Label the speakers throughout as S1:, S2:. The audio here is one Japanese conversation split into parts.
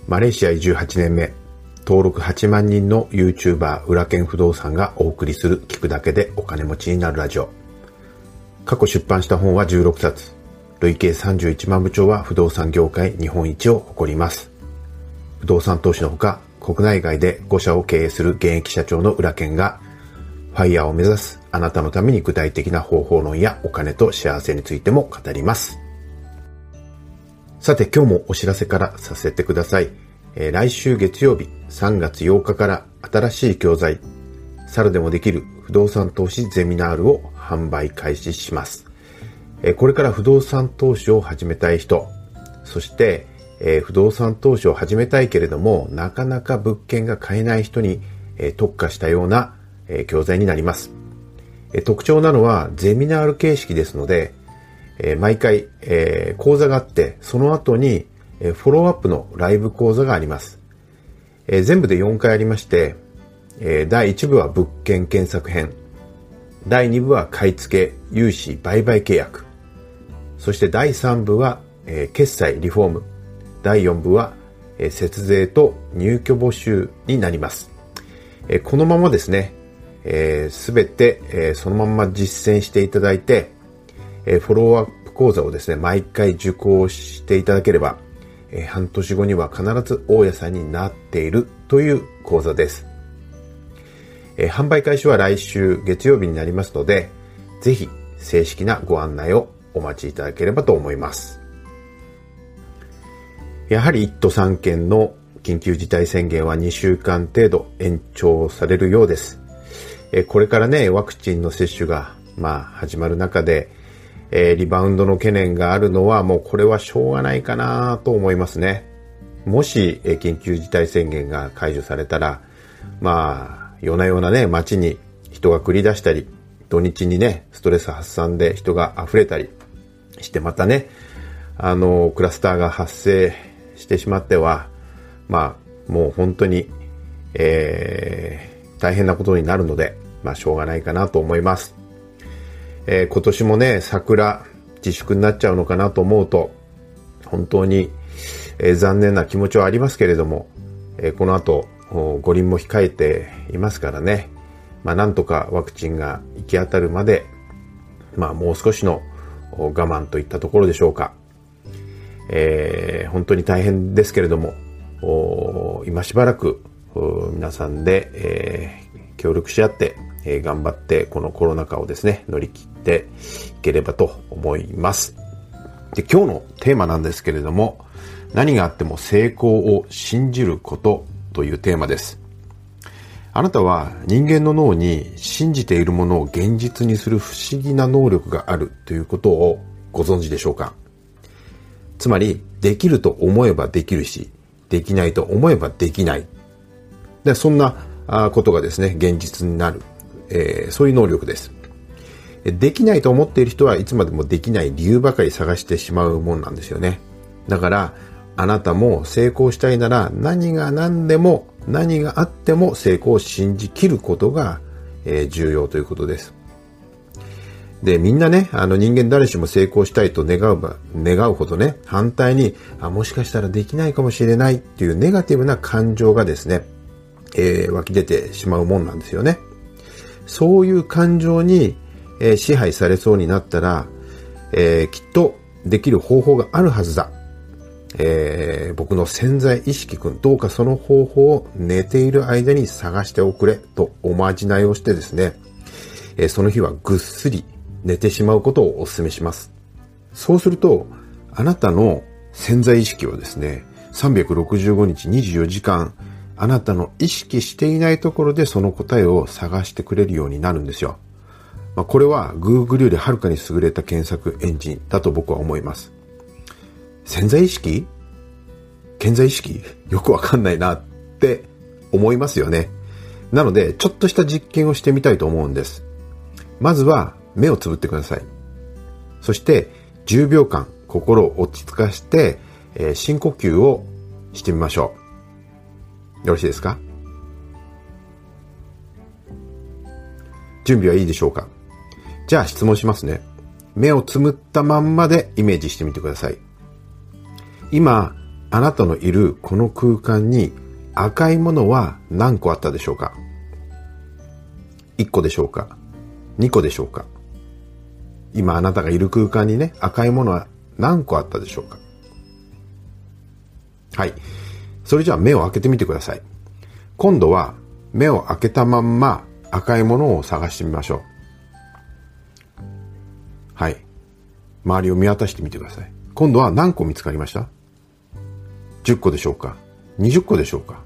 S1: マレーシア移住8年目、登録8万人の YouTuber 裏剣不動産がお送りする聞くだけでお金持ちになるラジオ。過去出版した本は16冊、累計31万部超は不動産業界日本一を誇ります。不動産投資のほか、国内外で5社を経営する現役社長の裏剣が、ファイヤーを目指すあなたのために具体的な方法論やお金と幸せについても語ります。さて今日もお知らせからさせてください。来週月曜日3月8日から新しい教材、猿でもできる不動産投資ゼミナールを販売開始します。これから不動産投資を始めたい人、そして不動産投資を始めたいけれどもなかなか物件が買えない人に特化したような教材になります。特徴なのはゼミナール形式ですので、毎回講座があってその後にフォローアップのライブ講座があります。全部で4回ありまして、第1部は物件検索編、第2部は買い付け融資売買契約、そして第3部は決済リフォーム、第4部は節税と入居募集になります。このままですね、すべてそのまま実践していただいて、フォローアップ講座をですね毎回受講していただければ、半年後には必ず大家さんになっているという講座です。販売開始は来週月曜日になりますので、ぜひ正式なご案内をお待ちいただければと思います。やはり1都3県の緊急事態宣言は2週間程度延長されるようです。これからね、ワクチンの接種が始まる中で、リバウンドの懸念があるのはもうこれはしょうがないかなと思いますね。もし緊急事態宣言が解除されたら、夜な夜なね街に人が繰り出したり、土日にねストレス発散で人が溢れたりして、またねクラスターが発生してしまってはもう本当に、大変なことになるので、しょうがないかなと思います。今年もね桜自粛になっちゃうのかなと思うと本当に、残念な気持ちはありますけれども、この後五輪も控えていますからね、なんとかワクチンが行き当たるまでもう少しの我慢といったところでしょうか。本当に大変ですけれども、今しばらく皆さんで、協力し合って頑張ってこのコロナ禍をですね乗り切っていければと思います。で、今日のテーマなんですけれども、何があっても成功を信じることというテーマです。あなたは人間の脳に信じているものを現実にする不思議な能力があるということをご存知でしょうか。つまりできると思えばできるし、できないと思えばできない。で、そんなことがですね現実になる、そういう能力です。できないと思っている人はいつまでもできない理由ばかり探してしまうもんなんですよね。だからあなたも成功したいなら、何が何でも何があっても成功を信じきることが、重要ということです。で、みんなね、人間誰しも成功したいと願うほどね、反対にもしかしたらできないかもしれないっていうネガティブな感情がですね、湧き出てしまうもんなんですよね。そういう感情に、支配されそうになったら、きっとできる方法があるはずだ。僕の潜在意識くん、どうかその方法を寝ている間に探しておくれとおまじないをしてですね、その日はぐっすり寝てしまうことをお勧めします。そうするとあなたの潜在意識はですね、365日24時間あなたの意識していないところでその答えを探してくれるようになるんですよ。これは Google よりはるかに優れた検索エンジンだと僕は思います。潜在意識？潜在意識？よくわかんないなって思いますよね。なのでちょっとした実験をしてみたいと思うんです。まずは目をつぶってください。そして10秒間心を落ち着かして、深呼吸をしてみましょう。よろしいですか？準備はいいでしょうか？じゃあ質問しますね。目をつむったまんまでイメージしてみてください。今あなたのいるこの空間に赤いものは何個あったでしょうか？ 1 個でしょうか？ 2 個でしょうか？今あなたがいる空間にね、赤いものは何個あったでしょうか？はい。それじゃあ目を開けてみてください。今度は目を開けたまんま赤いものを探してみましょう。はい。周りを見渡してみてください。今度は何個見つかりました？ 10 個でしょうか？ 20 個でしょうか？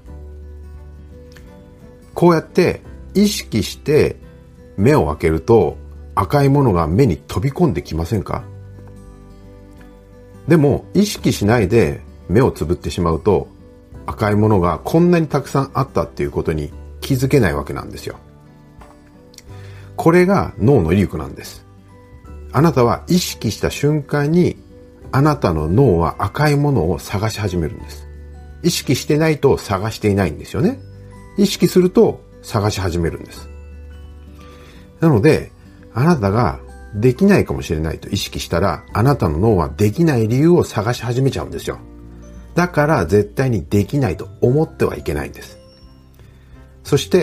S1: こうやって意識して目を開けると赤いものが目に飛び込んできませんか？でも意識しないで目をつぶってしまうと赤いものがこんなにたくさんあったっていうことに気づけないわけなんですよ。これが脳の威力なんです。あなたは意識した瞬間にあなたの脳は赤いものを探し始めるんです。意識してないと探していないんですよね。意識すると探し始めるんです。なので、あなたができないかもしれないと意識したら、あなたの脳はできない理由を探し始めちゃうんですよ。だから絶対にできないと思ってはいけないんです。そして、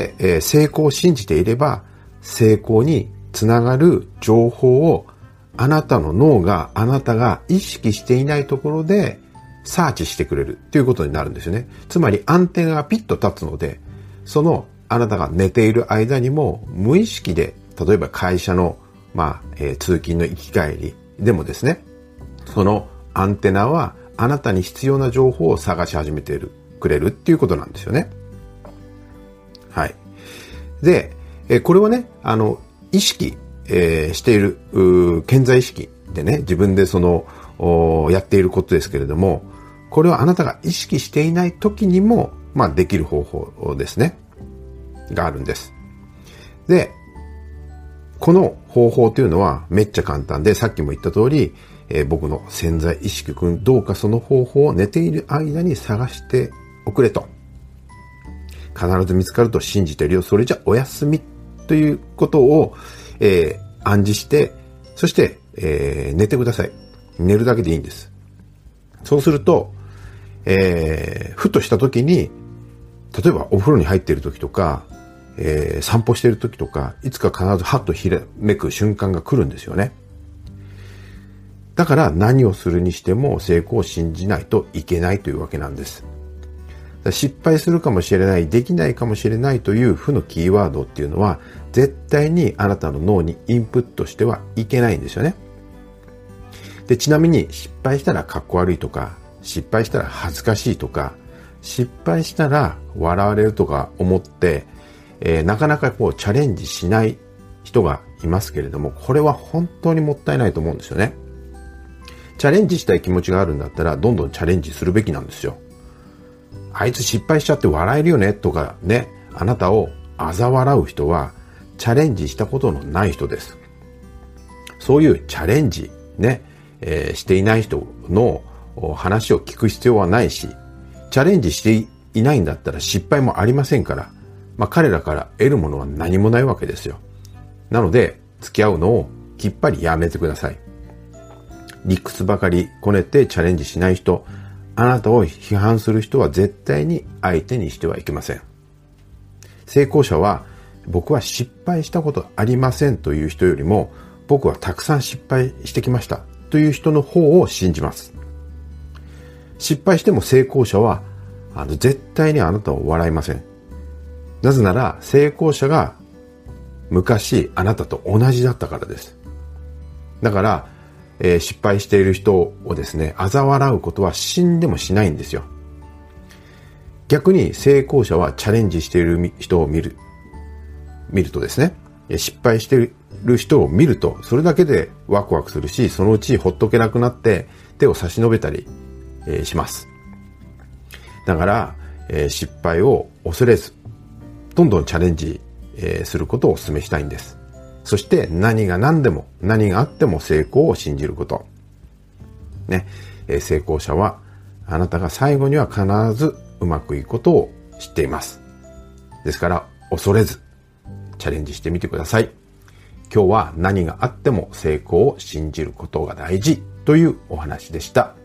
S1: 成功を信じていれば、成功につながる情報をあなたの脳があなたが意識していないところでサーチしてくれるということになるんですよね。つまりアンテナがピッと立つので、そのあなたが寝ている間にも無意識で、例えば会社の、通勤の行き帰りでもですね、そのアンテナはあなたに必要な情報を探し始めてくれるっていうことなんですよね。はい。で、これはね、意識、している、潜在意識でね、自分でやっていることですけれども、これはあなたが意識していない時にも、できる方法ですね。があるんです。で、この方法というのはめっちゃ簡単で、さっきも言った通り、僕の潜在意識くん、どうかその方法を寝ている間に探しておくれと。必ず見つかると信じてるよ。それじゃおやすみということを、暗示して、そして、寝てください。寝るだけでいいんです。そうすると、ふとした時に、例えばお風呂に入っている時とか、散歩している時とか、いつか必ずハッとひらめく瞬間が来るんですよね。だから何をするにしても成功を信じないといけないというわけなんです。失敗するかもしれない、できないかもしれないという負のキーワードっていうのは絶対にあなたの脳にインプットしてはいけないんですよね。で、ちなみに失敗したらかっこ悪いとか、失敗したら恥ずかしいとか、失敗したら笑われるとか思って、なかなかチャレンジしない人がいますけれども、これは本当にもったいないと思うんですよね。チャレンジしたい気持ちがあるんだったらどんどんチャレンジするべきなんですよ。あいつ失敗しちゃって笑えるよねとかね、あなたを嘲笑う人はチャレンジしたことのない人です。そういうチャレンジね、していない人の話を聞く必要はないし、チャレンジしていないんだったら失敗もありませんから、彼らから得るものは何もないわけですよ。なので付き合うのをきっぱりやめてください。理屈ばかりこねてチャレンジしない人、あなたを批判する人は絶対に相手にしてはいけません。成功者は、僕は失敗したことありませんという人よりも、僕はたくさん失敗してきましたという人の方を信じます。失敗しても成功者は絶対にあなたを笑いません。なぜなら成功者が昔あなたと同じだったからです。だから、失敗している人をですね、嘲笑うことは死んでもしないんですよ。逆に成功者はチャレンジしている人を見るとですね、失敗している人を見るとそれだけでワクワクするし、そのうちほっとけなくなって手を差し伸べたり、します。だから、失敗を恐れずどんどんチャレンジ、することをお勧めしたいんです。そして何が何でも何があっても成功を信じること。ね、成功者はあなたが最後には必ずうまくいくことを知っています。ですから恐れずチャレンジしてみてください。今日は何があっても成功を信じることが大事というお話でした。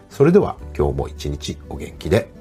S1: それでは今日も一日お元気で。